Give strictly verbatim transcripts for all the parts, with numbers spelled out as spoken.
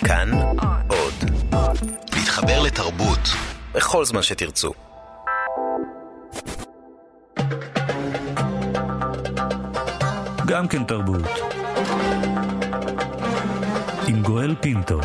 כאן עוד. להתחבר לתרבות בכל זמן שתרצו. גם כן תרבות. עם גואל פינטו.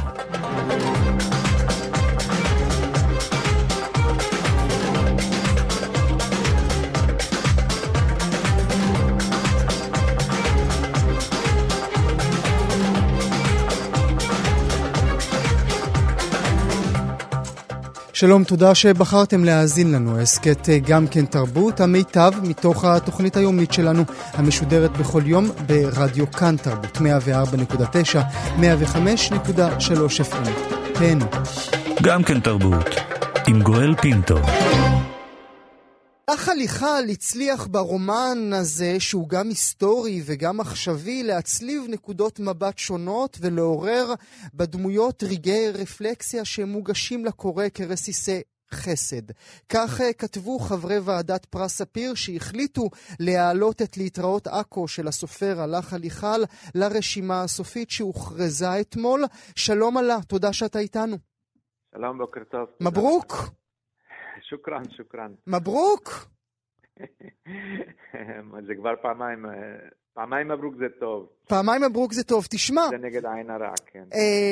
שלום, תודה שבחרתם להאזין לנו. הסקט גם כן תרבות, המיטב מתוך התוכנית היומית שלנו, המשודרת בכל יום ברדיו כאן תרבות, מאה וארבע נקודה תשע, מאה וחמש נקודה שלוש אף אם. תהנו. גם כן תרבות, עם גואל פינטו. אך הליכל הצליח ברומן הזה, שהוא גם היסטורי וגם עכשווי, להצליב נקודות מבט שונות ולעורר בדמויות רגעי רפלקסיה שמוגשים לקורא כרסיסי חסד. כך כתבו חברי ועדת פרס ספיר שהחליטו להעלות את להתראות עכו של הסופר הלך הליכל לרשימה הסופית שהוכרזה אתמול. שלום עלה, תודה שאתה איתנו. שלום, בוקר טוב. מברוק. שוקרן, שוקרן. מברוק. זה כבר פעמיים, פעמיים מברוק זה טוב. פעמיים מברוק זה טוב, תשמע. זה נגד העין הרע, כן.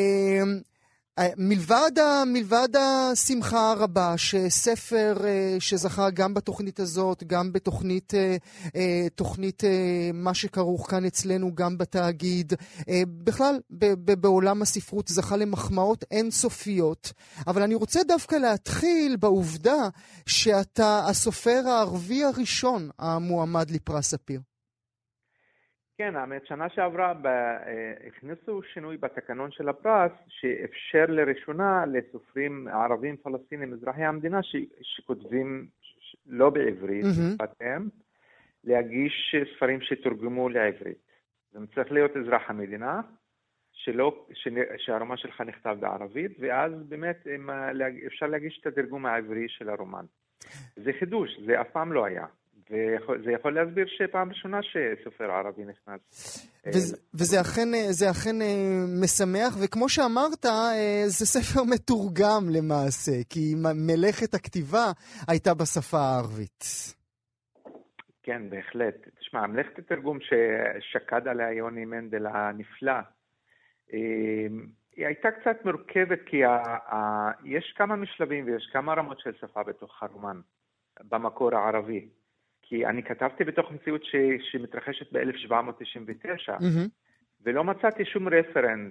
מלבד, מלבד השמחה הרבה שספר שזכה גם בתוכנית הזאת, גם בתוכנית תוכנית מה שכרוך כאן אצלנו, גם בתאגיד, בכלל בעולם הספרות זכה למחמאות אינסופיות. אבל אני רוצה דווקא להתחיל בעובדה שאתה הסופר הערבי הראשון המועמד לפרס ספיר. כן, האמת, שנה שעברה הכניסו שינוי בתקנון של הפרס שאפשר לראשונה לסופרים ערבים פלסטינים אזרחי המדינה ש, שכותבים לא בעברית, בשפתם, להגיש ספרים שתורגמו לעברית. זה צריך להיות אזרח המדינה, שלא, שהרומן שלך נכתב בערבית, ואז באמת אפשר להגיש את התרגום העברי של הרומן. זה חידוש, זה אף פעם לא היה. וזה יכול להסביר שפעם ראשונה שסופר ערבי נכנס. וזה אכן, זה אכן משמח, וכמו שאמרת, זה ספר מתורגם למעשה, כי מלאכת הכתיבה הייתה בשפה הערבית. כן, בהחלט. תשמע, מלאכת התרגום ששקד עליה יוני מנדל הנפלא, היא הייתה קצת מורכבת, כי יש כמה משלבים ויש כמה רמות של שפה בתוך הרומן, במקור הערבי. כי אני כתבתי בתוך מציאות ש... שמתרחשת ב-אלף שבע מאות תשעים ותשע, mm-hmm. ולא מצאתי שום רפרנס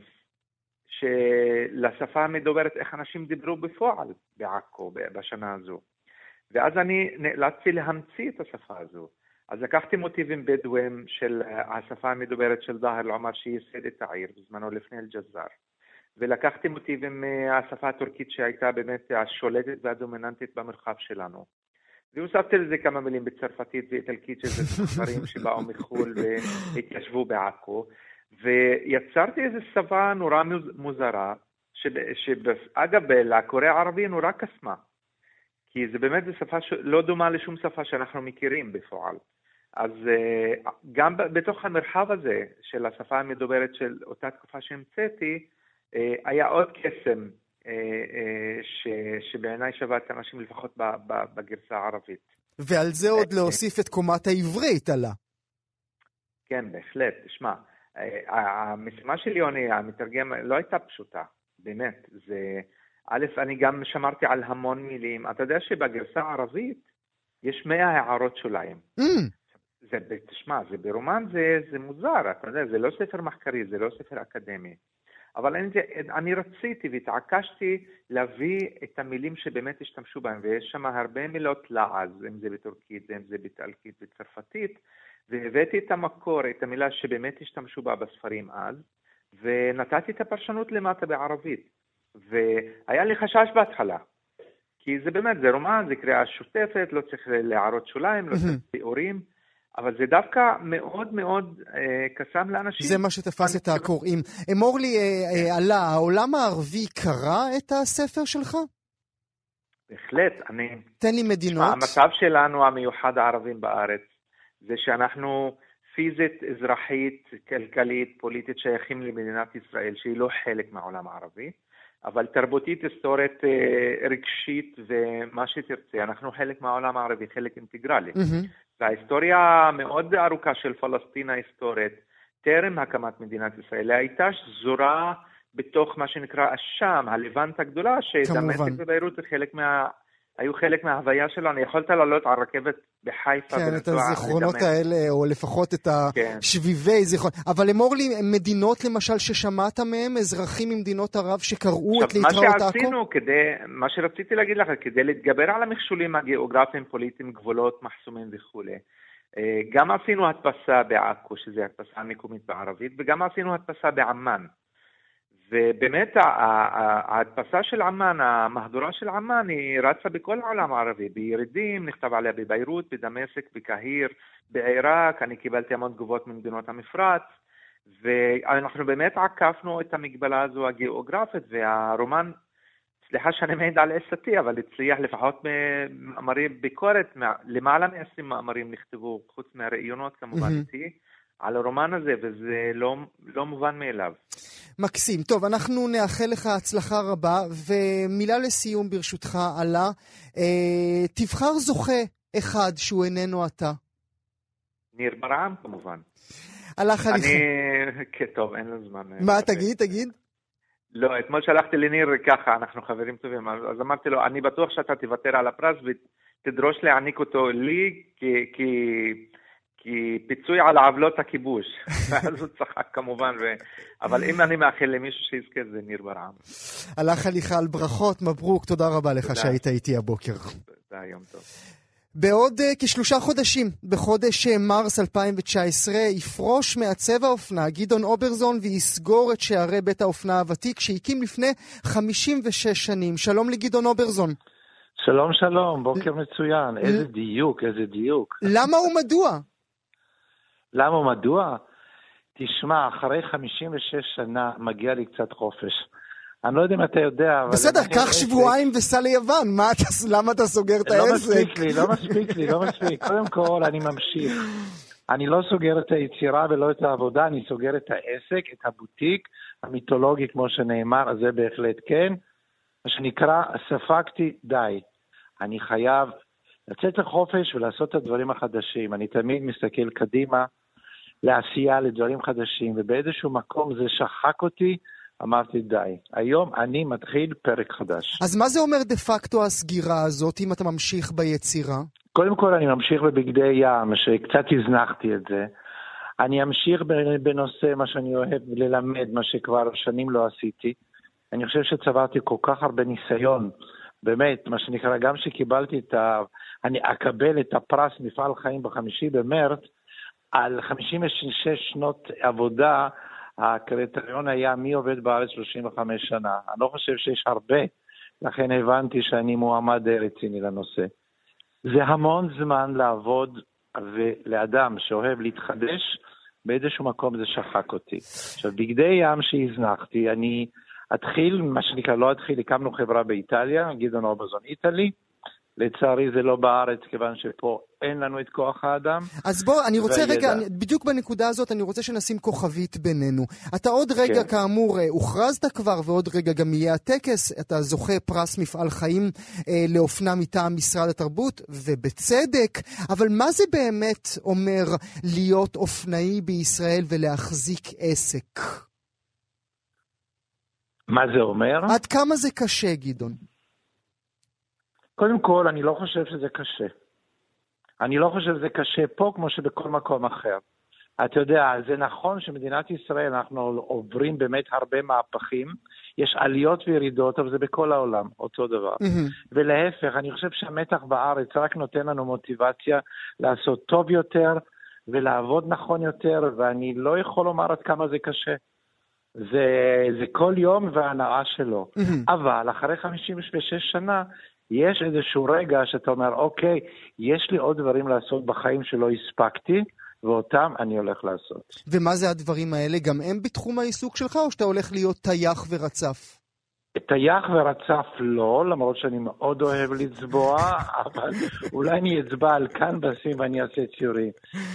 לשפה המדוברת, איך אנשים דיברו בפועל בעכו בשנה הזו. ואז אני נאלצתי להמציא את השפה הזו. אז לקחתי מוטיבים בדואים של השפה המדוברת של זהר אל-עומר שייסד את העיר בזמנו לפני אל-ג'זר. ולקחתי מוטיבים מהשפה הטורקית שהייתה באמת השולטת והדומיננטית במרחב שלנו. והוספתי לזה כמה מילים בצרפתית ואיטלקית, שזה דברים שבאו מחול והתיישבו בעכו, ויצרתי איזו שפה נורא מוזרה, שאגב, לקורא הערבי נורא קסמה, כי זה באמת שפה לא דומה לשום שפה שאנחנו מכירים בפועל. אז גם בתוך המרחב הזה של השפה המדוברת של אותה תקופה שהמצאתי, היה עוד קסם, ש, שבעיניי שווה את האנשים לפחות בגרסה הערבית. ועל זה עוד להוסיף את קומת העברית עלה. כן, בהחלט. תשמע, המשימה של יוני, המתרגם, לא הייתה פשוטה, באמת. זה, א', אני גם שמרתי על המון מילים. אתה יודע שבגרסה הערבית יש מאה הערות שוליים. Mm. זה, תשמע, זה ברומן, זה, זה מוזר, אתה יודע, זה לא ספר מחקרי, זה לא ספר אקדמי. אבל אני, אני רציתי והתעקשתי להביא את המילים שבאמת השתמשו בהם, ויש שם הרבה מילות לעז, אם זה בטורקית, אם זה באיטלקית, בצרפתית, והבאתי את המקור, את המילה שבאמת השתמשו בה בספרים אז, ונתתי את הפרשנות למטה בערבית. והיה לי חשש בהתחלה, כי זה באמת, זה רומן, זה קריאה שוטפת, לא צריך להערות שוליים, לא צריך תיאורים, אבל זה דווקא מאוד מאוד אה, קסם לאנשים. זה מה שתפס את הקוראים. אמור לי, אה, אה, עלה, העולם הערבי קרא את הספר שלך? בהחלט, אני... תן לי מדינות. המצב שלנו המיוחד הערבים בארץ, זה שאנחנו פיזית, אזרחית, כלכלית, פוליטית, שייכים למדינת ישראל, שהיא לא חלק מהעולם הערבי, אבל תרבותית, היסטורית, רגשית ומה שתרצה. אנחנו חלק מהעולם הערבי, חלק אינטגרלי. Mm-hmm. וההיסטוריה מאוד ארוכה של פלסטין ההיסטורית, טרם הקמת מדינת ישראל, הייתה שזורה בתוך מה שנקרא השם, הלבנט הגדולה, שדמשק וביירות זה חלק מה... היו חלק מההוויה שלו. אני יכולת לעלות על רכבת בחיפה. כן, את הזיכרונות האלה, או לפחות את השביבי זיכרונות. אבל אמור לי, מדינות למשל ששמעת מהם, אזרחים ממדינות ערב שקראו את להתראות עכו? מה שעשינו, כדי, מה שרציתי להגיד לך, כדי להתגבר על המכשולים הגיאוגרפיים, פוליטיים, גבולות, מחסומים וכו'. גם עשינו הדפסה בעכו, שזה הדפסה מקומית בערבית, וגם עשינו הדפסה בעמן. ובאמת ההדפסה של עמן, המהדורה של עמן, היא רצה בכל העולם הערבי, בירידים, נכתב עליה בביירות, בדמשק, בקהיר, בעיראק, אני קיבלתי המון תגובות ממדינות המפרץ, ואנחנו באמת עקפנו את המגבלה הזו הגיאוגרפית, והרומן, סליחה שאני מעיד על עשתי, אבל הצליח לפחות מאמרים ביקורת, למעלה מ-עשרים מאמרים נכתבו, חוץ מהראיונות כמובן איתי, על הרומן הזה, וזה לא, לא מובן מאליו. מקסים. טוב, אנחנו נאחל לך הצלחה רבה, ומילה לסיום ברשותך עלה. אה, תבחר זוכה אחד שהוא איננו אתה. ניר ברעם, כמובן. הלך עליך. אני... כן, טוב, אין לו זמן. מה, תגיד, תגיד. לא, אתמול שלחתי לניר ככה, אנחנו חברים טובים, אז אמרתי לו, אני בטוח שאתה תוותר על הפרס, ותדרוש להעניק אותו לי, כי... כי... כי פיצוי על העוולות הכיבוש. ואז הוא צחק כמובן, ו... אבל אם אני מאחל למישהו שיזכה, זה ניר ברעם. הלך עליך על ברכות, מברוק, תודה רבה לך תודה. שהיית איתי הבוקר. תודה, יום טוב. בעוד uh, כשלושה חודשים, בחודש uh, מרס אלפיים תשע עשרה, יפרוש מעצב האופנה גדעון אוברזון ויסגור את שערי בית האופנה הוותיק שהקים לפני חמישים ושש שנים. שלום לגדעון אוברזון. שלום שלום, בוקר מצוין. איזה דיוק, איזה דיוק. למה ומדוע? למה ומדוע? תשמע, אחרי חמישים ושש שנה מגיע לי קצת חופש. אני לא יודע אם אתה יודע, אבל... בסדר, קח שבועיים וסע ליוון. מה אתה, למה אתה סוגר את העסק? לא מספיק לי, לא מספיק לי, לא מספיק. קודם כל, אני ממשיך. אני לא סוגר את היצירה ולא את העבודה, אני סוגר את העסק, את הבוטיק, המיתולוגי, כמו שנאמר, אז זה בהחלט כן. מה שנקרא, ספקתי די. אני חייב לצאת לחופש ולעשות את הדברים החדשים. אני תמיד מסתכל קדימה, לעשייה, לדברים חדשים, ובאיזשהו מקום זה שחק אותי, אמרתי די. היום אני מתחיל פרק חדש. אז מה זה אומר דה פקטו הסגירה הזאת, אם אתה ממשיך ביצירה? קודם כל אני ממשיך בבגדי ים, שקצת הזנחתי את זה. אני אמשיך בנושא מה שאני אוהב ללמד, מה שכבר שנים לא עשיתי. אני חושב שצברתי כל כך הרבה ניסיון, באמת, מה שנקרא, גם שקיבלתי את ה... אני אקבל את הפרס מפעל חיים בחמישי במרץ, על חמישים ושש שנות עבודה, הקריטריון היה מי עובד בארץ שלושים וחמש שנה. אני לא חושב שיש הרבה, לכן הבנתי שאני מועמד רציני לנושא. זה המון זמן לעבוד, ולאדם שאוהב להתחדש, באיזשהו מקום זה שחק אותי. עכשיו, בגדי ים שהזנחתי, אני אתחיל, מה שנקרא, לא אתחיל, הקמנו חברה באיטליה, גדעון אוברזון איטלי, לצערי זה לא בארץ, כיוון שפה אין לנו את כוח האדם. אז בוא, אני רוצה והידע. רגע, בדיוק בנקודה הזאת, אני רוצה שנשים כוכבית בינינו. אתה עוד רגע, כן. כאמור, הוכרזת כבר, ועוד רגע גם יהיה הטקס, אתה זוכה פרס מפעל חיים אה, לאופנה מטעם משרד התרבות, ובצדק, אבל מה זה באמת אומר להיות אופנאי בישראל ולהחזיק עסק? מה זה אומר? עד כמה זה קשה, גדעון? קודם כל, אני לא חושב שזה קשה. אני לא חושב שזה קשה פה כמו שבכל מקום אחר. אתה יודע, זה נכון שמדינת ישראל, אנחנו עוברים באמת הרבה מהפכים, יש עליות וירידות, אבל זה בכל העולם, אותו דבר. Mm-hmm. ולהפך, אני חושב שהמתח בארץ רק נותן לנו מוטיבציה לעשות טוב יותר, ולעבוד נכון יותר, ואני לא יכול לומר עד כמה זה קשה. זה, זה כל יום וההנאה שלו. Mm-hmm. אבל אחרי חמישים ושש שנה, יש איזשהו רגע שאתה אומר, אוקיי, יש לי עוד דברים לעשות בחיים שלא הספקתי, ואותם אני הולך לעשות. ומה זה הדברים האלה? גם הם בתחום העיסוק שלך, או שאתה הולך להיות טייח ורצף? טייח ורצף לא, למרות שאני מאוד אוהב לצבוע, אבל אולי אני אצבע על קנבסים ואני אעשה ציורים.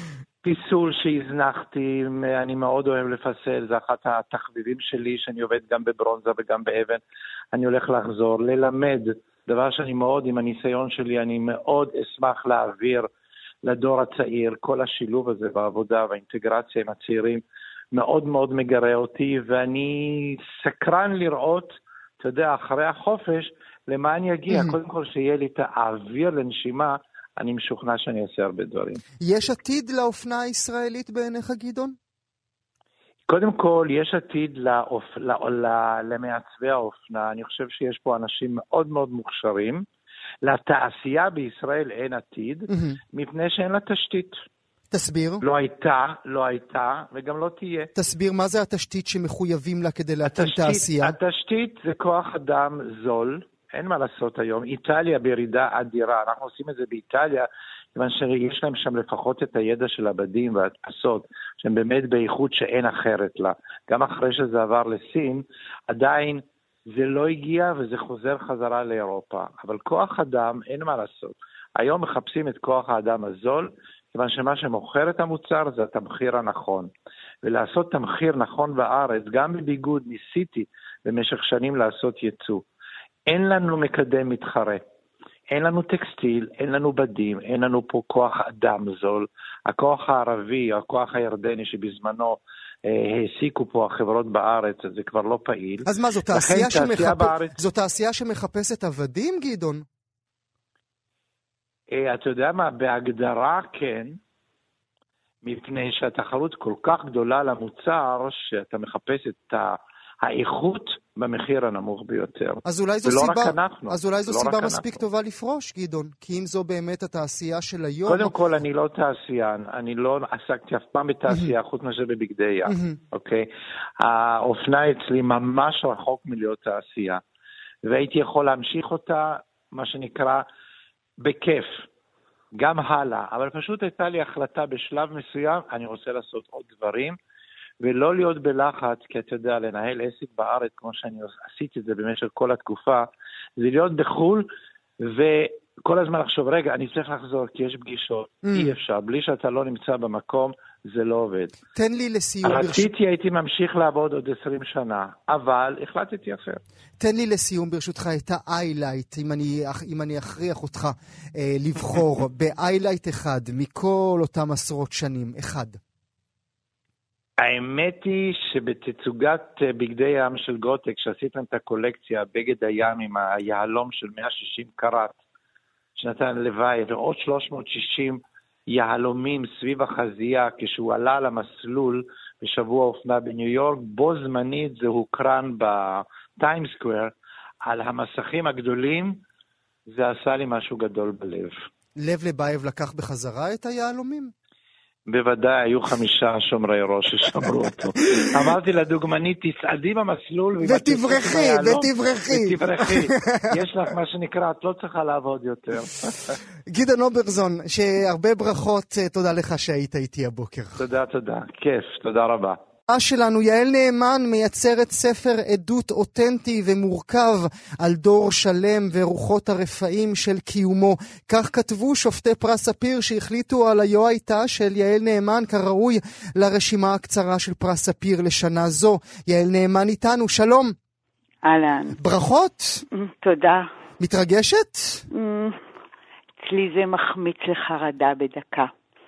פיסול שהזנחתי, אני מאוד אוהב לפסל, זה אחת התחביבים שלי, שאני עובד גם בברונזה וגם באבן. אני הולך לחזור, ללמד, דבר שאני מאוד, עם הניסיון שלי, אני מאוד אשמח להעביר לדור הצעיר, כל השילוב הזה בעבודה והאינטגרציה עם הצעירים, מאוד מאוד מגרה אותי, ואני סקרן לראות, אתה יודע, אחרי החופש, למה אני אגיע, mm-hmm. קודם כל שיהיה לי את האוויר לנשימה, אני משוכנע שאני אעשה הרבה דברים. יש עתיד לאופנה הישראלית בעיניך, גדעון? קודם כל, יש עתיד לאופ... למעצבי האופנה. אני חושב שיש פה אנשים מאוד מאוד מוכשרים. לתעשייה בישראל אין עתיד, mm-hmm. מפני שאין לה תשתית. תסביר. לא הייתה, לא הייתה, וגם לא תהיה. תסביר, מה זה התשתית שמחויבים לה כדי להקים תעשייה? התשתית זה כוח אדם זול, אין מה לעשות היום. איטליה בירידה אדירה, אנחנו עושים את זה באיטליה, כיוון שיש להם שם לפחות את הידע של הבדים וההדפסות, שהם באמת באיכות שאין אחרת לה. גם אחרי שזה עבר לסין, עדיין זה לא הגיע וזה חוזר חזרה לאירופה. אבל כוח אדם, אין מה לעשות. היום מחפשים את כוח האדם הזול, כיוון שמה שמוכר את המוצר זה התמחיר הנכון. ולעשות תמחיר נכון בארץ, גם בביגוד ניסיתי במשך שנים לעשות ייצוא. אין לנו מקדם מתחרה. אין לנו טקסטיל, אין לנו בדים, אין לנו פה כוח אדם זול. הכוח הערבי, הכוח הירדני שבזמנו אה, העסיקו פה החברות בארץ, זה כבר לא פעיל. אז מה, זו תעשייה, שמחפ... בארץ... זו תעשייה שמחפשת עבדים, גדעון? אה, אתה יודע מה, בהגדרה כן, מפני שהתחרות כל כך גדולה למוצר, שאתה מחפש את ה... האיכות במחיר הנמוך ביותר. אז אולי זו ולא סיבה, רק אנחנו. אז אולי זו לא סיבה מספיק אנחנו. טובה לפרוש, גדעון, כי אם זו באמת התעשייה של היום... קודם כל, אני לא תעשיין, אני לא עסקתי אף פעם בתעשייה, חוץ מאשר בבגדי ים, אוקיי? האופנה אצלי ממש רחוק מלהיות תעשייה, והייתי יכול להמשיך אותה, מה שנקרא, בכיף, גם הלאה, אבל פשוט הייתה לי החלטה בשלב מסוים, אני רוצה לעשות עוד דברים, ולא להיות בלחץ, כי אתה יודע, לנהל עסק בארץ, כמו שאני עשיתי את זה במשך כל התקופה, זה להיות בחול, וכל הזמן לחשוב, רגע, אני צריך לחזור, כי יש פגישות, mm. אי אפשר, בלי שאתה לא נמצא במקום, זה לא עובד. תן לי לסיום... רציתי, ברש... הייתי ממשיך לעבוד עוד עשרים שנה, אבל החלטתי אחר. תן לי לסיום, ברשותך, את האיילייט, אם אני, אם אני אכריח אותך אה, לבחור, באיילייט אחד, מכל אותם עשרות שנים, אחד. האמת היא שבתצוגת בגדי ים של גוטק, שעשיתם את הקולקציה, בגד הים עם היהלום של מאה ושישים קראט, שנתן לוואי, ועוד שלוש מאות ושישים יהלומים סביב החזייה, כשהוא עלה למסלול בשבוע אופנה בניו יורק, בו זמנית זה הוקרן בטיים סקוואר, על המסכים הגדולים, זה עשה לי משהו גדול בלב. לב לבייב לקח בחזרה את היהלומים? בוודאי, היו חמישה שומרי ראש ששמרו אותו. אמרתי לדוגמנית, תצעדי במסלול ותברכי, ותברכי. ותברכי. יש לך מה שנקרא, את לא צריכה לעבוד יותר. גדעון אוברזון, שהרבה ברכות, תודה לך שהיית איתי הבוקר. תודה, תודה. כיף, תודה רבה. שלנו, יעל נאמן מייצרת ספר עדות אותנטי ומורכב על דור שלם ורוחות הרפאים של קיומו. כך כתבו שופטי פרס ספיר שהחליטו על היו הייתה של יעל נאמן כראוי לרשימה הקצרה של פרס ספיר לשנה זו. יעל נאמן איתנו, שלום. אהלן. ברכות. תודה. מתרגשת? אצלי זה מחמיץ לחרדה בדקה.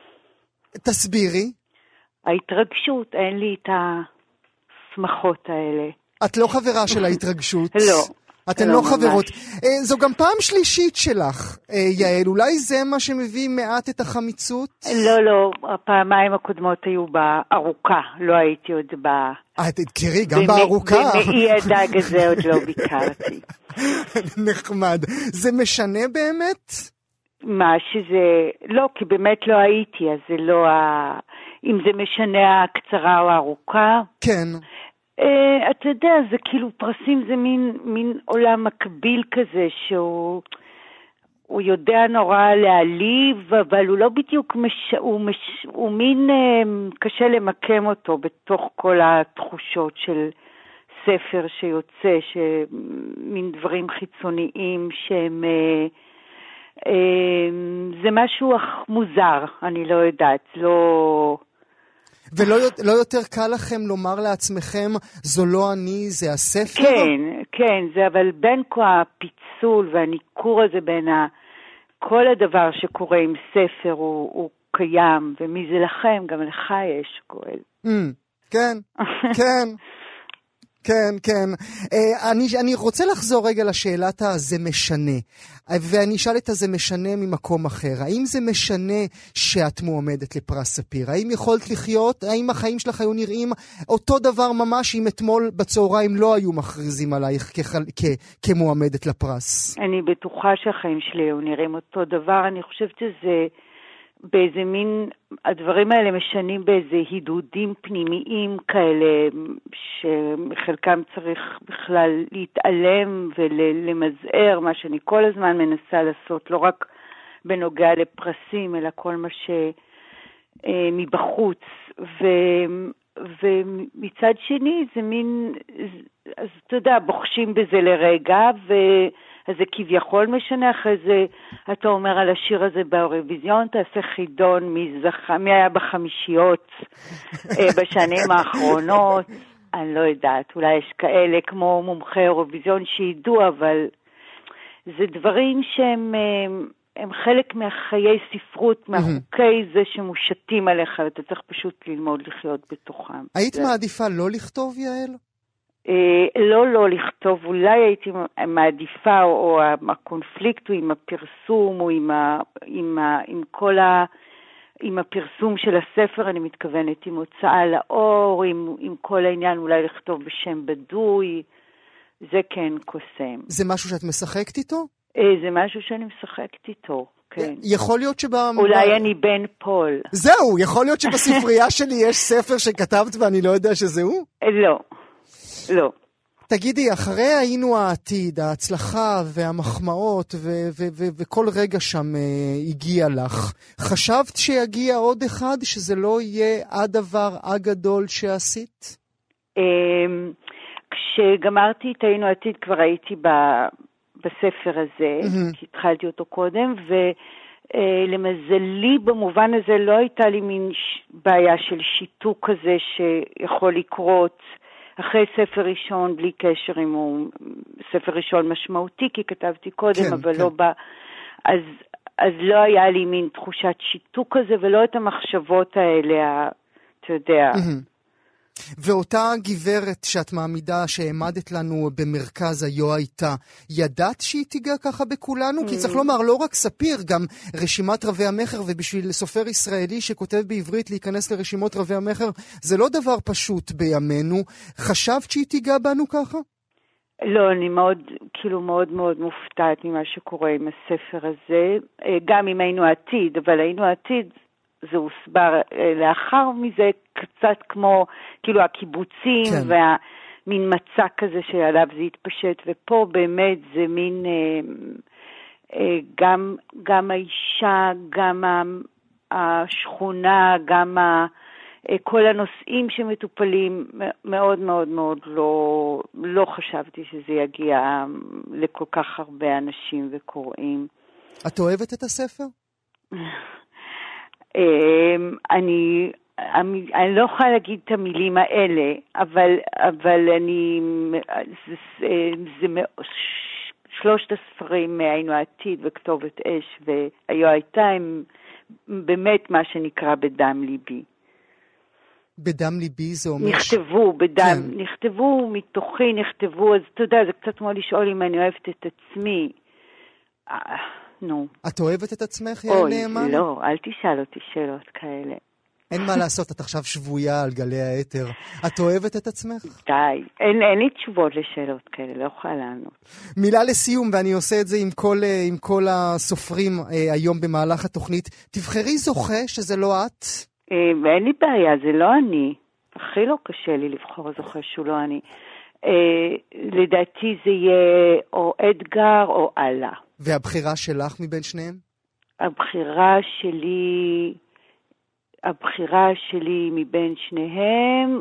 תסבירי. ההתרגשות, אין לי את השמחות האלה. את לא חברה של ההתרגשות? לא. אתן לא, לא חברות. זו גם פעם שלישית שלך, יעל. אולי זה מה שמביא מעט את החמיצות? לא, לא. הפעמיים הקודמות היו בארוכה. לא הייתי עוד ב... אה, תראי, גם בארוכה. ומאי הדג הזה עוד לא ביקרתי. נחמד. זה משנה באמת? מה שזה... לא, כי באמת לא הייתי, אז זה לא ה... אם זה משנה הקצרה או הארוכה. כן. Uh, אתה יודע, זה כאילו פרסים, זה מין, מין עולם מקביל כזה, שהוא הוא יודע נורא להעליב, אבל הוא לא בדיוק, מש, הוא, מש, הוא מין uh, קשה למקם אותו בתוך כל התחושות של ספר שיוצא, שמין דברים חיצוניים שהם... Uh, זה משהו מוזר, אני לא יודעת, לא... ולא לא יותר קל לכם לומר לעצמכם, זו לא אני, זה הספר? כן, כן, זה אבל בין כה הפיצול והניקור הזה בין ה... כל הדבר שקורה עם ספר הוא, הוא קיים, ומי זה לכם? גם לך יש, גואל. Mm, כן, כן. כן, כן. Uh, אני, אני רוצה לחזור רגע לשאלת הזה משנה, ואני אשאל את הזה משנה ממקום אחר. האם זה משנה שאת מועמדת לפרס ספיר? האם יכולת לחיות? האם החיים שלך היו נראים אותו דבר ממש אם אתמול בצהריים לא היו מכריזים עלייך כחל, כ, כמועמדת לפרס? אני בטוחה שהחיים שלי היו נראים אותו דבר. אני חושבת שזה... באיזה מין, הדברים האלה משנים באיזה הידודים פנימיים כאלה, שחלקם צריך בכלל להתעלם ולמזער, מה שאני כל הזמן מנסה לעשות, לא רק בנוגע לפרסים, אלא כל מה שמבחוץ. ו, ומצד שני, זה מין, אז אתה יודע, בוחשים בזה לרגע, ו... אז זה כביכול משנה, אחרי זה אתה אומר על השיר הזה באירוויזיון, תעשה חידון מי, זכה, מי היה בחמישיות בשנים האחרונות, אני לא יודעת, אולי יש כאלה כמו מומחי אירוויזיון שידעו, אבל זה דברים שהם הם חלק מהחיי ספרות, מהחוקי זה שמושתים עליך, ואתה צריך פשוט ללמוד לחיות בתוכם. היית מעדיפה לא לכתוב, יעל? לא, לא לכתוב, אולי הייתי מעדיפה, או הקונפליקט הוא עם הפרסום, או עם, ה, עם, ה, עם כל ה... עם הפרסום של הספר, אני מתכוונת עם הוצאה לאור, עם, עם כל העניין, אולי לכתוב בשם בדוי, זה כן קוסם. זה משהו שאת משחקת איתו? זה משהו שאני משחקת איתו, כן. יכול להיות שבה... אולי אני בן פול. זהו, יכול להיות שבספרייה שלי יש ספר שכתבת ואני לא יודע שזהו? לא. לא. תגידי, אחרי היינו העתיד, ההצלחה והמחמאות ו- ו- ו- וכל רגע שם uh, הגיע לך, חשבת שיגיע עוד אחד, שזה לא יהיה הדבר הגדול שעשית? Um, כשגמרתי את היינו העתיד כבר הייתי ב- בספר הזה, mm-hmm. כי התחלתי אותו קודם, ולמזלי uh, במובן הזה לא הייתה לי מין ש- בעיה של שיתוק כזה שיכול לקרות, אחרי ספר ראשון, בלי קשר אם הוא ספר ראשון משמעותי, כי כתבתי קודם, כן, אבל כן. לא בא, אז, אז לא היה לי מין תחושת שיתוק כזה, ולא את המחשבות האלה, אתה יודע. ואותה גברת שאת מעמידה, שהעמדת לנו במרכז היו הייתה, ידעת שהיא תיגע ככה בכולנו? כי צריך לומר, לא רק ספיר, גם רשימת רבי המחר, ובשביל סופר ישראלי שכותב בעברית להיכנס לרשימות רבי המחר, זה לא דבר פשוט בימינו. חשבת שהיא תיגע בנו ככה? לא, אני מאוד, כאילו מאוד מאוד מופתעת ממה שקורה עם הספר הזה, גם אם היינו עתיד, אבל היינו עתיד, זה הוסבר לאחר מזה קצת כמו כאילו הקיבוצים, כן. והמין מצע כזה שעליו זה התפשט, ופה באמת זה מין אה, אה, גם, גם האישה, גם השכונה, גם ה, אה, כל הנושאים שמטופלים, מאוד מאוד מאוד לא, לא חשבתי שזה יגיע לכל כך הרבה אנשים וקוראים. את אוהבת את הספר? אני, אני לא יכולה להגיד את המילים האלה, אבל, אבל אני, זה, זה, זה, שלושת הספרים, היינו העתיד וכתובת אש והיו הייתה, הם באמת מה שנקרא בדם ליבי. בדם ליבי זה אומר... נכתבו, בדם, כן. נכתבו מתוכי, נכתבו, אז אתה יודע, זה קצת כמו לשאול אם אני אוהבת את עצמי. נו. את אוהבת את עצמך, יעל נאמן? אוי, לא, אל תשאל אותי שאלות כאלה. אין מה לעשות, את עכשיו שבויה על גלי האתר. את אוהבת את עצמך? די, אין, אין לי תשובות לשאלות כאלה, לא יכולה לענות. מילה לסיום, ואני עושה את זה עם כל, עם כל הסופרים אה, היום במהלך התוכנית. תבחרי זוכה שזה לא את? אה, אין לי בעיה, זה לא אני. הכי לא קשה לי לבחור זוכה שהוא לא אני. אה, לדעתי זה יהיה או אדגר או אללה. והבחירה שלך מבין שניהם? הבחירה שלי, הבחירה שלי מבין שניהם,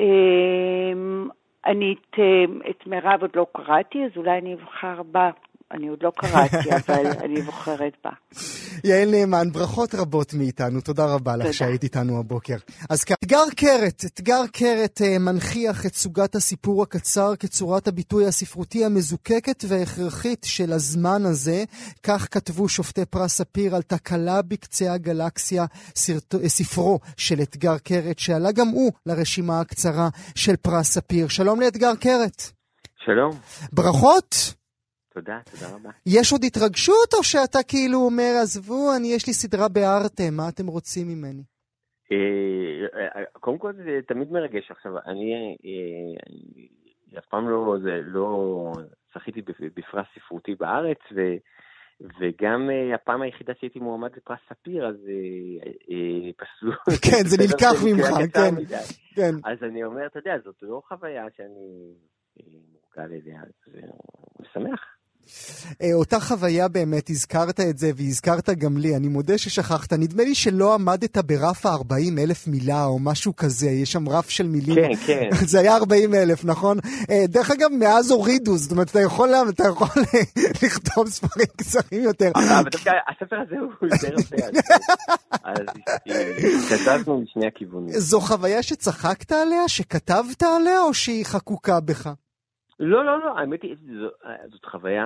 אני את, את מירב עוד לא קראתי, אז אולי אני אבחר בה. אני עוד לא קראתי, אבל אני בוחרת בה. יעל נאמן, ברכות רבות מאיתנו, תודה רבה לך שהיית איתנו הבוקר. אז כאן, אתגר קרת, אתגר קרת מנחיח את סוגת הסיפור הקצר כצורת הביטוי הספרותי המזוקקת וההכרחית של הזמן הזה. כך כתבו שופטי פרס ספיר על תקלה בקצה הגלקסיה, ספרו של אתגר קרת, שעלה גם הוא לרשימה הקצרה של פרס ספיר. שלום לאתגר קרת. שלום. ברכות. תודה, תודה רבה. יש עוד התרגשות, או שאתה כאילו אומר, עזבו, אני יש לי סדרה בארטה, מה אתם רוצים ממני? קודם כל זה תמיד מרגש. עכשיו, אני אף פעם לא, לא זכיתי בפרס ספרותי בארץ, וגם הפעם היחידה שהייתי מועמד לפרס ספיר, אז פסלו. כן, זה נלקח ממך, כן. אז אני אומר, אתה יודע, זאת לא חוויה שאני מורגל אליה, זה משמח. אותה חוויה באמת, הזכרת את זה והזכרת גם לי, אני מודה ששכחת, נדמה לי שלא עמדת ברף ה-ארבעים אלף מילה או משהו כזה, יש שם רף של מילים. כן, כן. זה היה ארבעים אלף, נכון? דרך אגב, מאז הורידו, זאת אומרת, אתה יכול, אתה יכול לכתוב ספרים קצרים יותר. אבל דווקא, הספר הזה הוא יותר יפה, אז כתבנו משני הכיוונים. זו חוויה שצחקת עליה, שכתבת עליה, או שהיא חקוקה בך? לא, לא, לא, האמת היא, זאת חוויה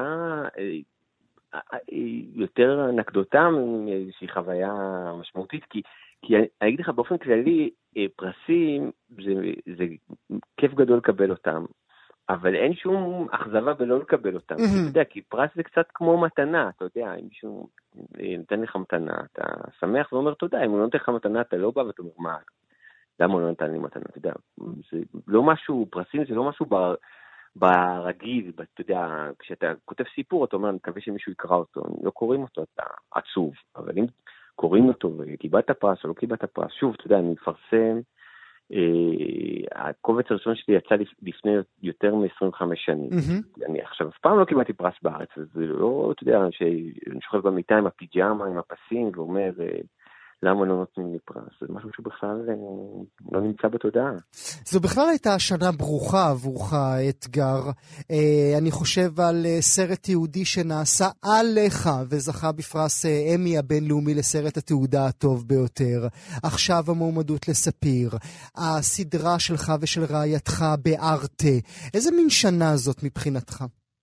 יותר אנקדוטה, שהיא חוויה משמעותית, כי, כי אני אגיד לך באופן כללי, פרסים, זה, זה כיף גדול לקבל אותם, אבל אין שום אכזבה בלא לקבל אותם. אתה יודע, כי פרס זה קצת כמו מתנה, אתה יודע, אם מישהו נותן לך מתנה, אתה שמח ואומר תודה, אם הוא נותן לך מתנה, אתה לא בא ואתה אומר, מה, למה הוא לא נתן לי מתנה? אתה יודע, זה לא משהו, פרסים זה לא משהו בר... ברגיל, אתה יודע, כשאתה כותב סיפור, אתה אומר, אני מקווה שמישהו יקרא אותו, אם לא קוראים אותו, אתה עצוב, אבל אם קוראים אותו וקיבלת פרס או לא קיבלת פרס, שוב, אתה יודע, אני מפרסם, אה, הקובץ הראשון שלי יצא לפני יותר מ-עשרים וחמש שנים, mm-hmm. אני עכשיו אף פעם לא קיבלתי פרס בארץ, אז זה לא, אתה יודע, שאני שוכב במיטה עם הפיג'מה, עם הפסים, ואומר, אה, למה לא נותנים לי פרס? זה משהו שבכלל לא נמצא בתודעה. זו בכלל הייתה שנה ברוכה עבורך, אתגר. אני חושב על סרט יהודי שנעשה עליך, וזכה בפרס אמי הבינלאומי לסרט התעודה הטוב ביותר. עכשיו המועמדות לספיר. הסדרה שלך ושל רעייתך בארטה. איזה מין שנה זאת מבחינתך?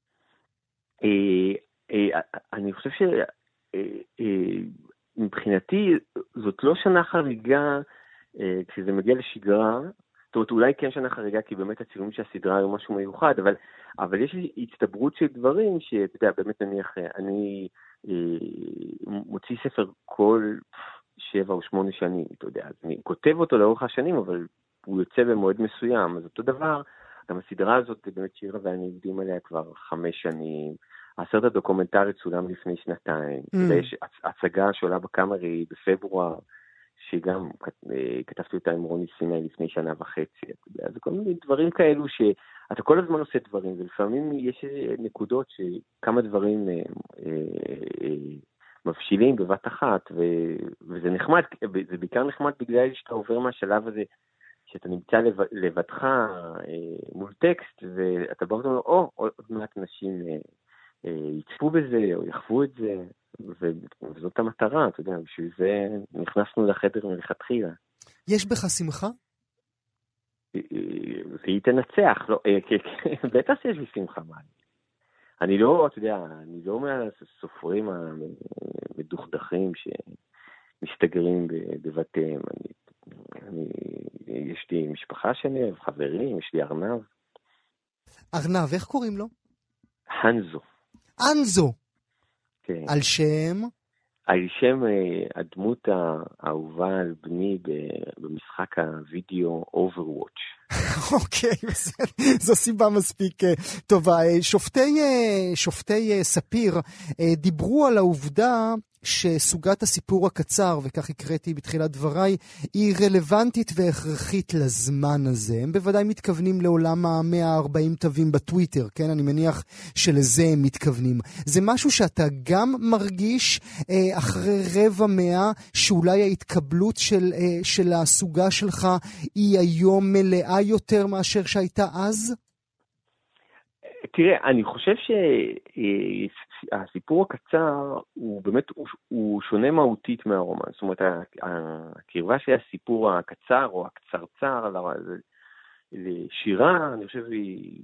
אני חושב ש... מבחינתי, זאת לא שנה חריגה אה, כשזה מגיע לשגרה, זאת אומרת, אולי כן שנה חריגה, כי באמת הצילום של הסדרה היו משהו מיוחד, אבל, אבל יש לי הצטברות של דברים שאתה יודע, באמת נניח, אני אה, מוציא ספר כל שבע או שמונה שנים, אתה יודע, אז אני כותב אותו לאורך השנים, אבל הוא יוצא במועד מסוים, אז אותו דבר, גם הסדרה הזאת, באמת שירה ואני עובדים עליה כבר חמש שנים, הסרט הדוקומנטרי צולם לפני שנתיים, mm. ויש הצגה שעולה בקאמרי בפברואר, שגם כתבתי אותה עם רוני סיני לפני שנה וחצי, אז כל מיני דברים כאלו שאתה כל הזמן עושה דברים, ולפעמים יש נקודות שכמה דברים אה, אה, מבשילים בבת אחת, ו, וזה נחמד, זה בעיקר נחמד בגלל שאתה עובר מהשלב הזה, שאתה נמצא לב, לבדך אה, מול טקסט, ואתה בא ואומר, או, עוד מעט נשים... אה, יצפו בזה או יחוו את זה, וזאת המטרה, אתה יודע, בשביל זה נכנסנו לחדר מלכתחילה. יש בך שמחה? והיא תנצח, לא, בטח שיש לי שמחה, מה? אני לא, אתה יודע, אני לא מהסופרים המדוכדכים שמסתגרים בבתיהם, אני, יש לי משפחה שאני אוהב, חברים, יש לי ארנב. ארנב, איך קוראים לו? הנזו. אנזו. כן. על שם? על שם הדמות האהובה על בני במשחק הווידאו Overwatch. אוקיי, זו סיבה מספיק טובה. שופטי, שופטי ספיר דיברו על העובדה שסוגת הסיפור הקצר, וכך הקראתי בתחילת דבריי, היא רלוונטית והכרחית לזמן הזה. הם בוודאי מתכוונים לעולם ה-מאה וארבעים תווים בטוויטר, כן? אני מניח שלזה הם מתכוונים. זה משהו שאתה גם מרגיש אה, אחרי רבע מאה, שאולי ההתקבלות של, אה, של הסוגה שלך היא היום מלאה יותר מאשר שהייתה אז? תראה, אני חושב שהסיפור הקצר הוא באמת, הוא שונה מהותית מהרומן. זאת אומרת, הקרבה של הסיפור הקצר או הקצרצר לשירה, אני חושב,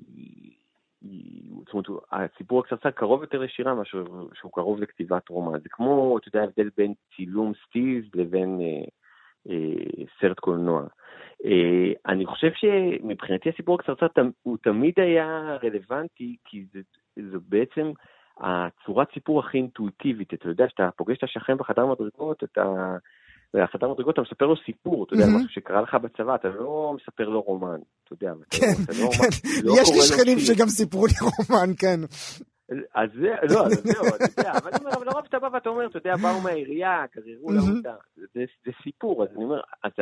זאת אומרת, הסיפור הקצרצר קרוב יותר לשירה משהו שהוא קרוב לכתיבת רומן. זה כמו, אתה יודע, הבדל בין צילום סטיז לבין סרט קולנוע. אני חושב שמבחינתי הסיפור הקצרצר הוא תמיד היה רלוונטי, כי זה, זה בעצם הצורת סיפור הכי אינטואיטיבית. אתה יודע, שאתה פוגש את השכן בחדר מדרגות, אתה, בחדר מדרגות אתה מספר לו סיפור, אתה יודע, משהו שקרה לך בצבא, אתה לא מספר לו רומן, אתה יודע. כן, יש לי שכנים שגם סיפרו לי רומן, כן. אז זה, לא, זהו, אתה יודע, אבל אני אומר, אבל לרוב אתה בא ואתה אומר, אתה יודע, באו מהעירייה, קררו לעמודה, זה סיפור, אז אני אומר, אז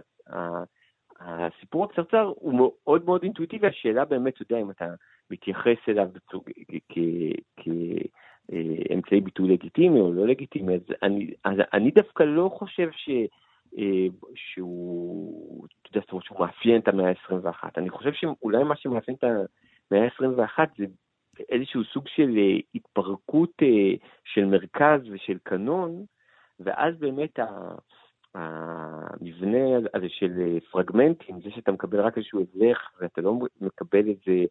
הסיפור הקצרצר הוא מאוד מאוד אינטואיטיבי, השאלה באמת, אתה יודע, אם אתה מתייחס אליו כאמצעי ביטוי לגיטימי או לא לגיטימי, אז אני דווקא לא חושב שהוא, אתה יודע, שהוא מאפיין את המאה ה-עשרים ואחת, אני חושב שאולי מה שמאפיין את המאה ה-עשרים ואחת זה איזשהו סוג של התפרקות של מרכז ושל קנון, ואז באמת המבנה הזה של פרגמנטים, זה שאתה מקבל רק איזשהו הבך, ואתה לא מקבל איזה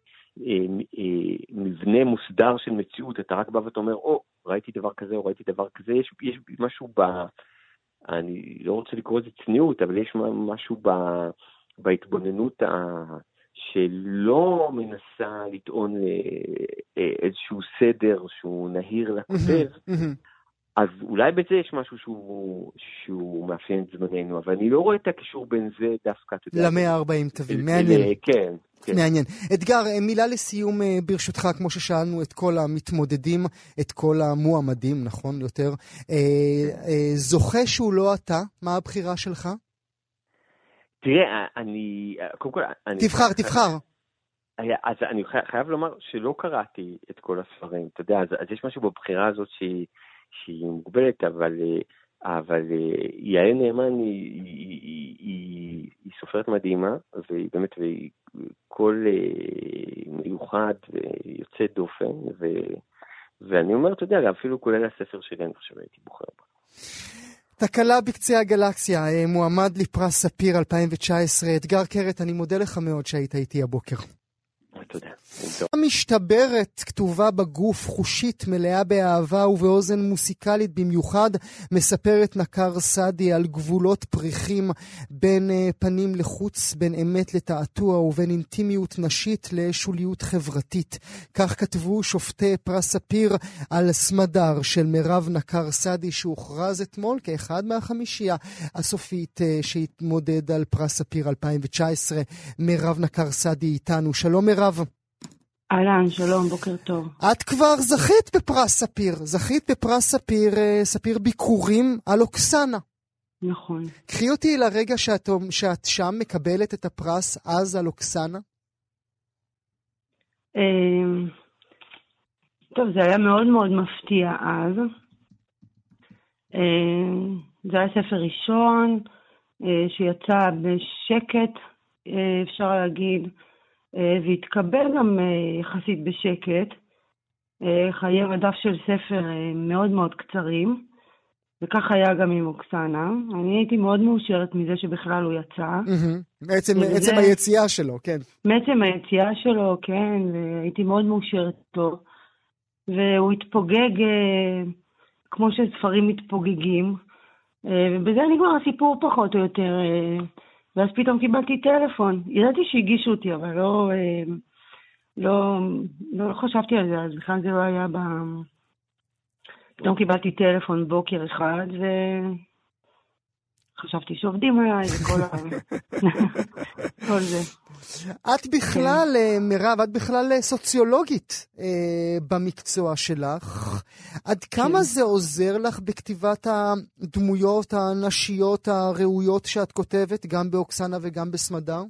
מבנה מוסדר של מציאות, אתה רק בא ואתה אומר, או, ראיתי דבר כזה, או ראיתי דבר כזה, יש, יש משהו ב... אני לא רוצה לקרוא לזה צניעות, אבל יש משהו ב, בהתבוננות ה... שלא מנסה לטעון איזשהו סדר שהוא נהיר לכותב, אז אולי בזה יש משהו שהוא, שהוא מאפיין את זמננו, אבל אני לא רואה את הקישור בין זה דווקא. למאה ה-ארבעים תווים, מעניין. כן, כן. מעניין. אתגר, מילה לסיום ברשותך, כמו ששאלנו את כל המתמודדים, את כל המועמדים, נכון יותר, זוכה שהוא לא אתה, מה הבחירה שלך? תראה, אני, קודם כל... תבחר, תבחר. אז אני חייב לומר שלא קראתי את כל הספרים, אתה יודע, אז יש משהו בבחירה הזאת שהיא מוגבלת, אבל יעל נאמן היא סופרת מדהימה, והיא באמת, והיא קול מיוחד ויוצא דופן, ואני אומר, אתה יודע, אפילו כולל הספר שלי, אני חושב, הייתי בוחר בה. תקלה בקצה הגלקסיה, מועמד לפרס ספיר אלפיים תשע עשרה. אתגר קרת, אני מודה לך מאוד שהיית איתי הבוקר. תודה. המשתברת, כתובה בגוף, חושית, מלאה באהבה ובאוזן מוסיקלית במיוחד, מספרת נקר סדי על גבולות פריחים בין פנים לחוץ, בין אמת לתעתוע ובין אינטימיות נשית לשוליות חברתית. כך כתבו שופטי פרס ספיר על סמדר של מירב נקר סדי, שהוכרז אתמול כאחד מהחמישייה הסופית שהתמודד על פרס ספיר אלפיים תשע עשרה. מירב נקר סדי איתנו. שלום מירב. אהלן, שלום, בוקר טוב. את כבר זכית בפרס ספיר, זכית בפרס ספיר, ספיר ביקורים על אוקסנה. נכון. קחי אותי לרגע שאת, שאת שם מקבלת את הפרס אז על אוקסנה. טוב, זה היה מאוד מאוד מפתיע אז. זה היה ספר ראשון שיצא בשקט, אפשר להגיד, והתקבל גם יחסית בשקט. חיי מדף של ספר מאוד מאוד קצרים, וכך היה גם עם אוקסנה. אני הייתי מאוד מאושרת מזה שבכלל הוא יצא. בעצם עצם היציאה שלו, כן. בעצם היציאה שלו, כן, והייתי מאוד מאושרת טוב. והוא התפוגג כמו שספרים מתפוגגים, ובזה נגמר הסיפור פחות או יותר. ואז פתאום קיבלתי טלפון. ידעתי שהגישו אותי, אבל לא, לא, לא חשבתי על זה, אז בכלל זה לא היה ב... פתאום קיבלתי טלפון בוקר אחד, וחשבתי שעובדים עליי וכל ה... כל זה. את בכלל, מירב, את בכלל סוציולוגית במקצוע שלך. עד כמה זה עוזר לך בכתיבת הדמויות הנשיות הראויות שאת כותבת, גם באוקסנה וגם בסמדר?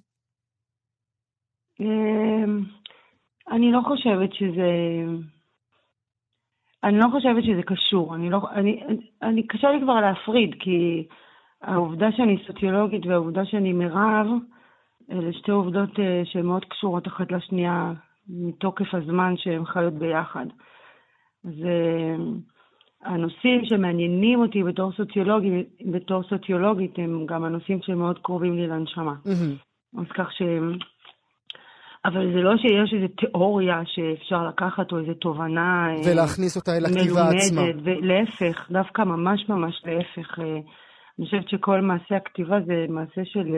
אני לא חושבת שזה... אני לא חושבת שזה קשור. אני לא... אני... אני... קשה לי כבר להפריד, כי העובדה שאני סוציולוגית והעובדה שאני מירב, אלה שתי עובדות שהן מאוד קשורות אחת לשנייה מתוקף הזמן שהם חיות ביחד. אז הנושאים שמעניינים אותי בתור סוציולוגית, בתור סוציולוגית הם גם הנושאים שמאוד קרובים לי לנשמה. אז כך ש... אבל זה לא שיש איזו תיאוריה שאפשר לקחת או איזו תובנה ולהכניס אותה אל הכתיבה עצמה. ולהפך, דווקא ממש ממש להפך. אני חושבת שכל מעשה הכתיבה זה מעשה של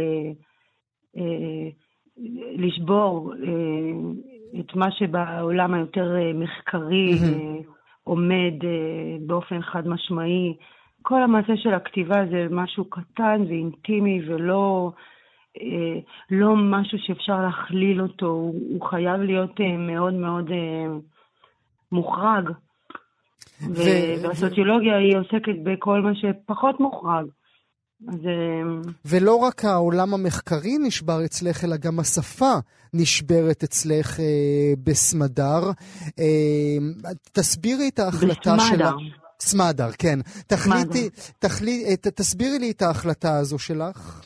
לשבור את מה שבעולם היותר מחקרי עומד באופן חד משמעי. כל המעשה של הכתיבה זה משהו קטן ואינטימי ולא לא משהו שאפשר להכליל אותו. הוא חייב להיות מאוד מאוד מוחרג. והסוציולוגיה היא עוסקת בכל מה שפחות מוחרג. ולא רק העולם המחקרי נשבר אצלך, אלא גם השפה נשברת אצלך בסמדר. תסבירי את ההחלטה שלה. סמדר, כן. תסבירי לי את ההחלטה הזו שלך.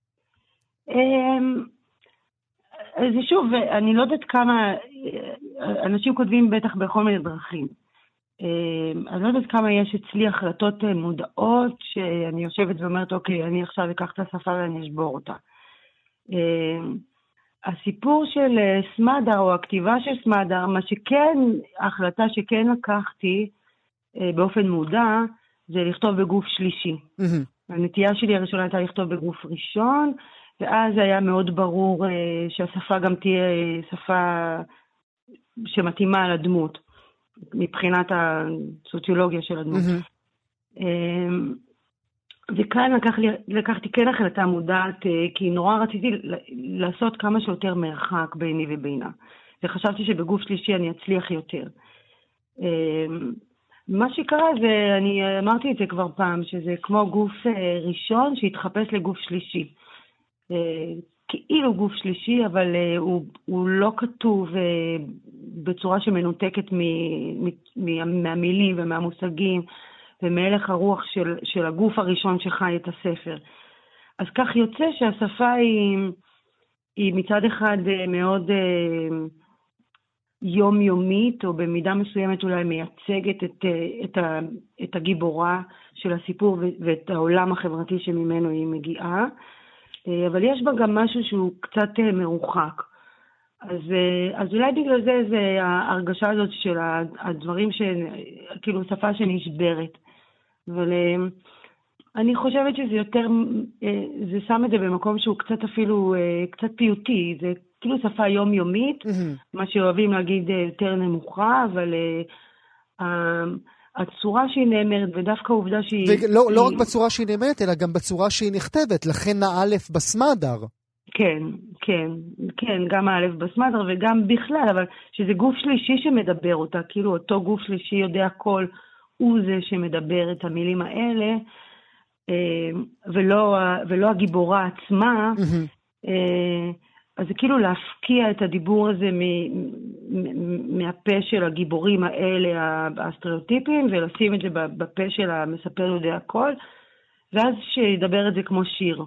זה שוב, אני לא יודעת כמה, אנשים כותבים בטח בכל מיני דרכים. אני לא יודעת כמה יש אצלי החלטות מודעות שאני יושבת ואומרת, אוקיי, אני עכשיו אקח את השפה ואני אשבור אותה. הסיפור של סמדר או הכתיבה של סמדר, מה שכן, ההחלטה שכן לקחתי באופן מודע, זה לכתוב בגוף שלישי. הנטייה שלי הראשונה הייתה לכתוב בגוף ראשון, ואז היה מאוד ברור שהשפה גם תהיה שפה שמתאימה לדמות. מבחינת הסוציולוגיה של הדמות. וכאן לקח לי, לקחתי כן החלטה מודעת, כי נורא רציתי לעשות כמה שיותר מרחק ביני ובינה. וחשבתי שבגוף שלישי אני אצליח יותר. מה שקרה זה, אני אמרתי את זה כבר פעם, שזה כמו גוף ראשון שהתחפש לגוף שלישי. כאילו גוף שלישי, אבל הוא, הוא לא כתוב בצורה שמנותקת מ, מ, מהמילים ומהמושגים ומהלך הרוח של, של הגוף הראשון שחי את הספר. אז כך יוצא שהשפה היא, היא מצד אחד מאוד יומיומית, או במידה מסוימת אולי מייצגת את, את, ה, את הגיבורה של הסיפור ואת העולם החברתי שממנו היא מגיעה. אבל יש בה גם משהו שהוא קצת מרוחק. אז, אז אולי בגלל זה, זה ההרגשה הזאת של הדברים ש... כאילו שפה שנשברת. אבל אני חושבת שזה יותר, זה שם את זה במקום שהוא קצת אפילו, קצת פיוטי. זה כאילו שפה יומיומית, mm-hmm. מה שאוהבים להגיד יותר נמוכה, אבל הצורה שהיא נאמרת, ודווקא העובדה שהיא... ולא לא רק בצורה שהיא נאמרת, אלא גם בצורה שהיא נכתבת, לכן האלף בסמדר. כן, כן, כן, גם האלף בסמדר, וגם בכלל, אבל שזה גוף שלישי שמדבר אותה, כאילו אותו גוף שלישי יודע כל, הוא זה שמדבר את המילים האלה, ולא, ולא הגיבורה עצמה, mm-hmm. אז זה כאילו להפקיע את הדיבור הזה מהפה של הגיבורים האלה, הסטריאוטיפים, ולשים את זה בפה של המספר יודע הכל, ואז שידבר את זה כמו שיר.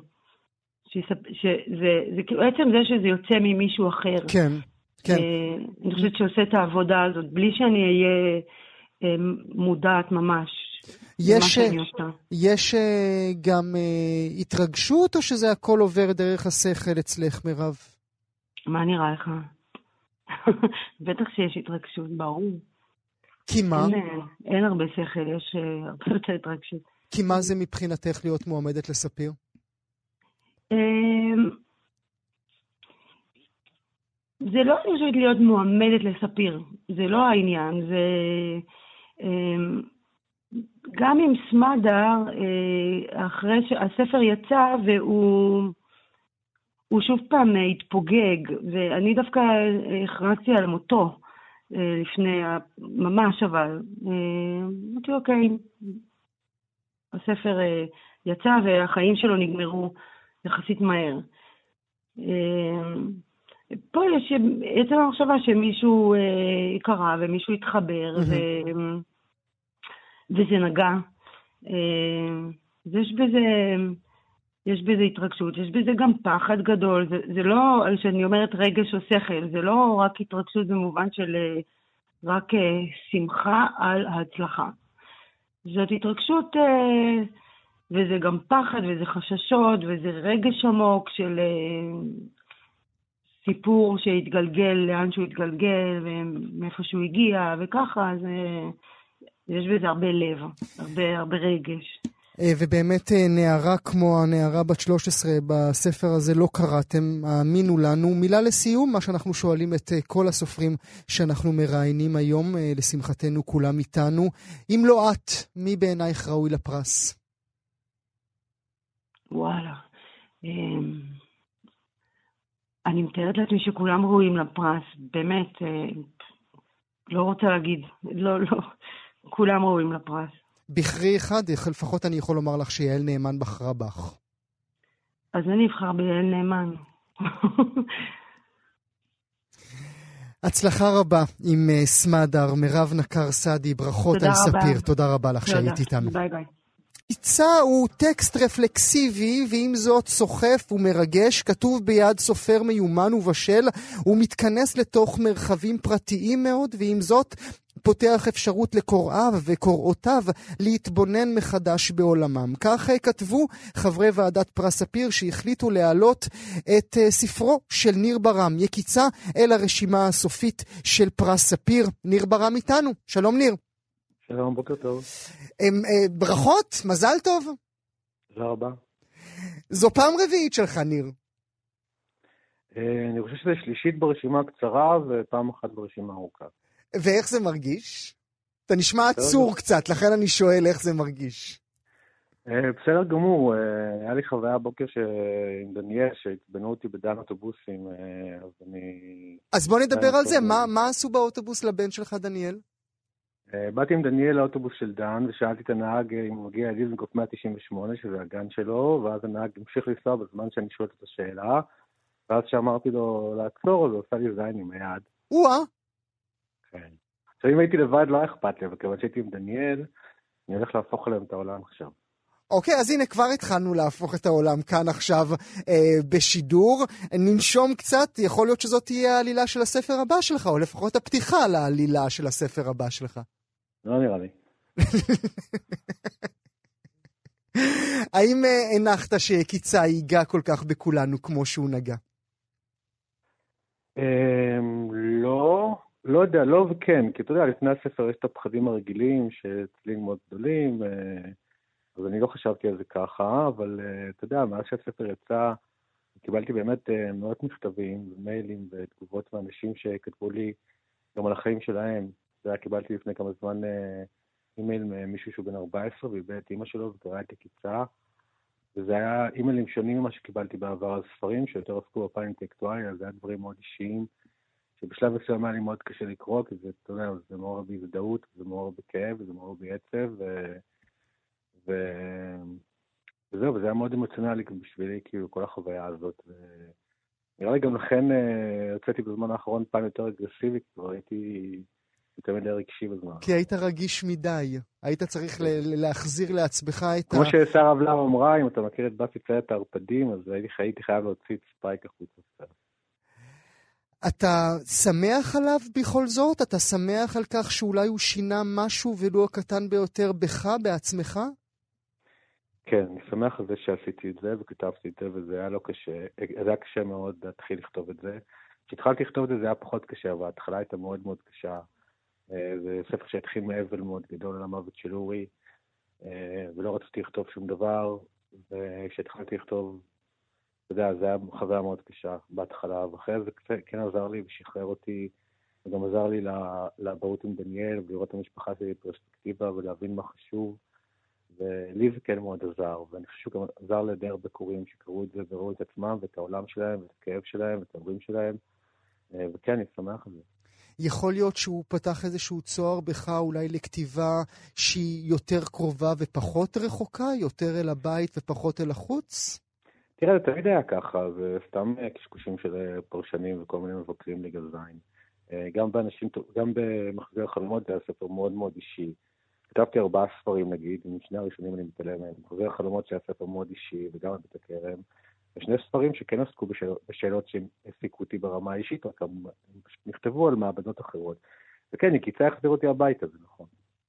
שזה, זה כאילו, עצם זה שזה יוצא ממישהו אחר. כן, כן. אני חושבת שעושה את העבודה הזאת, בלי שאני אהיה מודעת ממש. יש, יש גם התרגשות, או שזה הכל עובר דרך השכל אצלך, מירב? מה נראה לך? בטח שיש התרגשות, ברור. כי מה? אין, אין הרבה שכל, יש הרבה יותר התרגשות. כי מה זה מבחינתך להיות מועמדת לספיר? זה לא חושבת להיות מועמדת לספיר, זה לא העניין, זה... גם עם סמדר, אחרי שהספר יצא והוא הוא שוב פעם התפוגג, ואני דווקא הכרזתי על מותו לפני, ממש אבל, אמרתי אוקיי, הספר יצא והחיים שלו נגמרו יחסית מהר. פה יש עצם המחשבה שמישהו קרא ומישהו התחבר, ו... וזה נגע. יש בזה, יש בזה התרגשות, יש בזה גם פחד גדול, זה, זה לא, שאני אומרת רגש או שכל, זה לא רק התרגשות במובן של רק שמחה על ההצלחה. זאת התרגשות, וזה גם פחד וזה חששות וזה רגש עמוק של סיפור שהתגלגל לאן שהוא התגלגל ומאיפה שהוא הגיע וככה, אז יש בזה הרבה לב, הרבה, הרבה רגש. ובאמת נערה כמו הנערה בת שלוש עשרה בספר הזה לא קראתם, האמינו לנו. מילה לסיום, מה שאנחנו שואלים את כל הסופרים שאנחנו מראיינים היום, לשמחתנו כולם איתנו. אם לא את, מי בעינייך ראוי לפרס? וואלה. אני מתארת לעצמי שכולם ראויים לפרס, באמת, לא רוצה להגיד, לא, לא, כולם ראויים לפרס. בחרי אחד, לפחות אני יכול לומר לך שיעל נאמן בחרה בך. אז אני אבחר ביעל נאמן. הצלחה רבה עם סמדר, מירב נקר סעדי, ברכות על ספיר. תודה רבה לך שהיית איתנו. ביי ביי. קיצה הוא טקסט רפלקסיבי, ועם זאת סוחף ומרגש, כתוב ביד סופר מיומן ובשל, הוא מתכנס לתוך מרחבים פרטיים מאוד, ועם זאת פותח אפשרות לקוראיו וקוראותיו להתבונן מחדש בעולמם. כך כתבו חברי ועדת פרס ספיר שהחליטו להעלות את ספרו של ניר ברם, יקיצה, אל הרשימה הסופית של פרס ספיר. ניר ברם איתנו, שלום ניר. שלום, בוקר טוב. ברכות, מזל טוב. תודה רבה. זו פעם רביעית שלך, ניר. אני חושב שזה שלישית ברשימה קצרה ופעם אחת ברשימה ארוכה. ואיך זה מרגיש? אתה נשמע עצור קצת, לכן אני שואל איך זה מרגיש. בסדר גמור, היה לי חוויה הבוקר עם דניאל שהתבנו אותי בדן אוטובוסים, אז אני... אז בוא נדבר על זה, מה עשו באוטובוס לבן שלך, דניאל? באתי עם דניאל לאוטובוס של דן, ושאלתי את הנהג אם הוא מגיע לדיזנגוף מאה תשעים ושמונה, שזה הגן שלו, ואז הנהג המשיך לנסוע בזמן שאני שואלת את השאלה, ואז שאמרתי לו לעצור, אז הוא עושה לי זין עם היד. וואה. כן. עכשיו אם הייתי לבד לא אכפת לי, אבל כיוון שהייתי עם דניאל, אני הולך להפוך אליהם את העולם עכשיו. אוקיי, אז הנה כבר התחלנו להפוך את העולם כאן עכשיו אה, בשידור. ננשום קצת, יכול להיות שזאת תהיה העלילה של הספר הבא שלך, או לפחות הפתיחה לעלילה של הספר הבא שלך. לא נראה לי. האם אה, הנחת שקיצה ייגע כל כך בכולנו כמו שהוא נגע? אה, לא... לא יודע, לא וכן, כי אתה יודע, לפני הספר יש את הפחדים הרגילים שצלילים מאוד גדולים, אז אני לא חשבתי על זה ככה, אבל אתה יודע, מאז שהספר יצא, קיבלתי באמת מאות מכתבים, מיילים ותגובות מאנשים שכתבו לי גם על החיים שלהם. זה היה, קיבלתי לפני כמה זמן אימייל ממישהו שהוא בן ארבע עשרה, ואיבד את אמא שלו וקרא את הקיצה, וזה היה אימיילים שונים ממה שקיבלתי בעבר על ספרים, שיותר עסקו בפן אינטלקטואלי, אז זה היה דברים מאוד אישיים, שבשלב מסוים היה לי מאוד קשה לקרוא, כי זה, אתה יודע, זה מעורר בי הזדהות, זה מעורר בכאב, זה מעורר בי עצב, ו... ו... וזהו, וזה היה מאוד אמוציונלי בשבילי, כאילו, כל החוויה הזאת. ו... נראה לי גם לכן יוצאתי בזמן האחרון פעם יותר אגרסיבי, כי כבר הייתי יותר מדי רגשי בזמן. כי היית רגיש מדי. היית צריך ל- להחזיר לעצמך את כמו ה... כמו ששר אבלם אמרה, אם אתה מכיר את באפי ציית הערפדים, אז הייתי, הייתי חייב להוציא את ספייק החוצה. אתה שמח עליו בכל זאת? אתה שמח על כך שאולי הוא שינה משהו ולו הקטן ביותר בך, בעצמך? כן, אני שמח על זה שעשיתי את זה וכתבתי את זה, וזה היה לא קשה. זה היה קשה מאוד להתחיל לכתוב את זה. כשהתחלתי לכתוב את זה, זה היה פחות קשה, אבל ההתחלה הייתה מאוד מאוד קשה. זה ספר שהתחיל מאבל מאוד גדול על המוות של אורי, ולא רציתי לכתוב שום דבר, וכשהתחלתי לכתוב, אתה יודע, זה היה חוויה מאוד קשה בהתחלה, ואחרי זה כן עזר לי ושחרר אותי, וגם עזר לי לעבוד עם דניאל, ולראות את המשפחה שלי בפרספקטיבה, ולהבין מה חשוב, ולי זה כן מאוד עזר, ואני חושב שגם עזר לדי הרבה קוראים שקראו את זה, וראו את עצמם, ואת העולם שלהם, ואת הכאב שלהם, ואת ההורים שלהם, וכן, אני שמח על זה. יכול להיות שהוא פתח איזשהו צוהר בך אולי לכתיבה שהיא יותר קרובה ופחות רחוקה, יותר אל הבית ופחות אל החוץ? תראה, זה תמיד היה ככה, זה סתם קשקושים של פרשנים וכל מיני מבקרים לגזיים. גם באנשים, גם במחזיר החלומות זה היה ספר מאוד מאוד אישי. כתבתי ארבעה ספרים נגיד, עם שני הראשונים אני מתעלם מהם, חוזר חלומות שהיה ספר מאוד אישי, וגם על בית הכרם, ושני ספרים שכן עסקו בשאלות, בשאלות שהפיקו אותי ברמה האישית, רק הם פשוט נכתבו על מעבדות אחרות. וכן, יקיצה יחזיר אותי הביתה, זה נכון.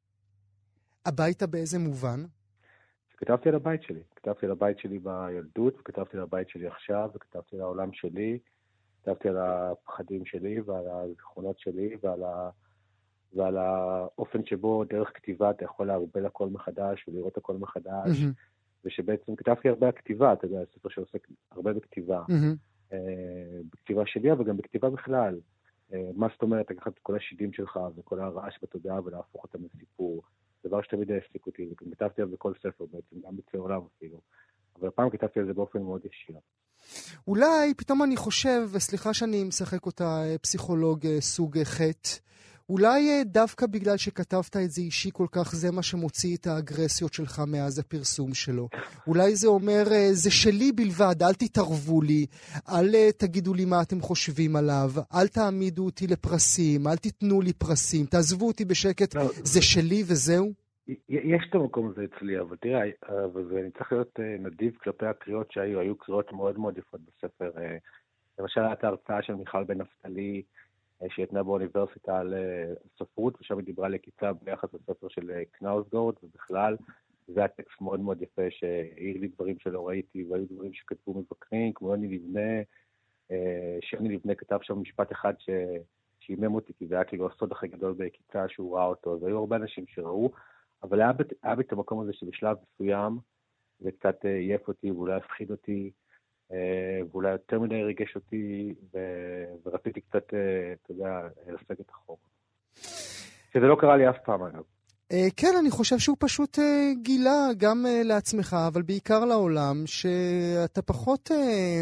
הביתה באיזה מובן? כתבתי על הבית שלי. כתבתי על הבית שלי בילדות, וכתבתי על הבית שלי עכשיו, וכתבתי על העולם שלי, כתבתי על הפחדים שלי, ועל הזיכרונות שלי, ועל, ה... ועל האופן שבו דרך כתיבה אתה יכול להרבל הכל מחדש, ולראות הכל מחדש, mm-hmm. ושבעצם כתבתי הרבה על כתיבה, אתה יודע, ספר שעוסק הרבה בכתיבה. Mm-hmm. בכתיבה שלי, אבל גם בכתיבה בכלל. מה זאת אומרת, לקחת את כל השידים שלך, וכל הרעש בתודעה, ולהפוך אותם לסיפור. דבר שתמיד העסיק אותי, וכתבתי על זה בכל ספר בעצם, גם בצבע עולם אפילו. אבל הפעם כתבתי על זה באופן מאוד ישיר. אולי פתאום אני חושב, וסליחה שאני משחק אותה פסיכולוג סוג חטא, אולי דווקא בגלל שכתבת את זה אישי כל כך, זה מה שמוציא את האגרסיות שלך מאז הפרסום שלו. אולי זה אומר, זה שלי בלבד, אל תתערבו לי, אל תגידו לי מה אתם חושבים עליו, אל תעמידו אותי לפרסים, אל תיתנו לי פרסים, תעזבו אותי בשקט, לא, זה שלי וזהו? יש את המקום הזה אצלי, אבל תראה, אבל אני צריך להיות נדיב כלפי הקריאות שהיו, היו קריאות מאוד מאוד יפות בספר. למשל, הייתה הרצאה של מיכל בן נפתלי, שהתנה באוניברסיטה על ספרות, ושם היא דיברה לקיצה ביחס לספר של קנאוסגורד, ובכלל, זה היה טקסט מאוד מאוד יפה, שהעיר לי דברים שלא ראיתי, והיו דברים שכתבו מבקרים, כמו יוני לבנה, שיוני לבנה כתב שם משפט אחד שאימם אותי, כי זה היה כאילו הסוד הכי גדול בקיצה שהוא ראה אותו, אז היו הרבה אנשים שראו, אבל היה, היה בי את המקום הזה שבשלב מסוים, זה קצת יף אותי, ואולי הפחיד אותי, ואולי יותר מדי ריגש אותי, ו- ורציתי קצת, אתה יודע, לסגת אחורה. שזה לא קרה לי אף פעם, אגב. כן, אני חושב שהוא פשוט גילה גם לעצמך, אבל בעיקר לעולם, שאתה פחות,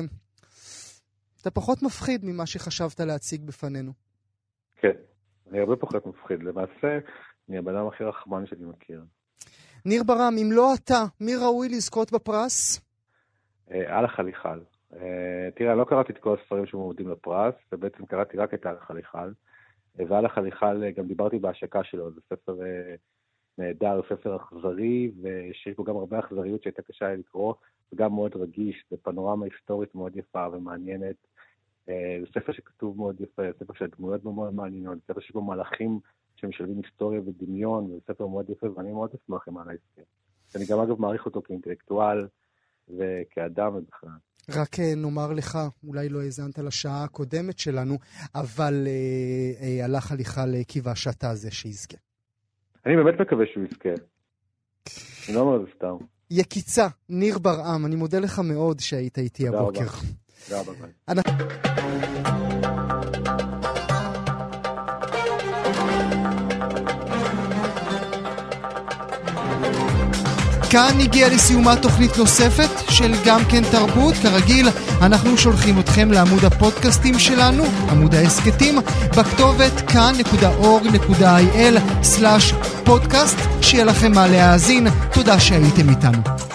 אתה פחות מפחיד ממה שחשבת להציג בפנינו. כן, אני הרבה פחות מפחיד. למעשה, אני הבן אדם הכי רחמן שאני מכיר. ניר ברם, אם לא אתה, מי ראוי לזכות בפרס? אלה חליחל. תראה, לא קראתי את כל הספרים שמועמדים לפרס, ובעצם קראתי רק את אלה חליחל. ואלה חליחל, גם דיברתי בהשקה שלו, זה ספר נהדר, ספר אכזרי, ושיש בו גם הרבה אכזריות שהייתה קשה לקרוא, וגם מאוד רגיש, זה פנורמה היסטורית מאוד יפה ומעניינת. זה ספר שכתוב מאוד יפה, זה ספר שהדמויות בו מאוד מעניינות, זה ספר שיש בו מלאכים שמשלבים היסטוריה ודמיון, וזה ספר מאוד יפה, ואני מאוד אשמח עם אלה יפה. אני גם אגב מעריך אותו כאינטלקטואל, וכאדם ובכלל. רק נאמר לך, אולי לא האזנת לשעה הקודמת שלנו, אבל אה, אה, הלך הליכה לקיבה שאתה זה שיזכה. אני באמת מקווה שהוא יזכה. אני לא אומר זה סתם. יקיצה, ניר ברעם, אני מודה לך מאוד שהיית איתי הבוקר. תודה רבה. תודה רבה. כאן הגיעה לסיומה תוכנית נוספת של גם כן תרבות. כרגיל, אנחנו שולחים אתכם לעמוד הפודקאסטים שלנו, עמוד העסקתים, בכתובת כאן נקודה אורג נקודה איי אל סלאש פודקאסט. שיהיה לכם מה להאזין. תודה שהייתם איתנו.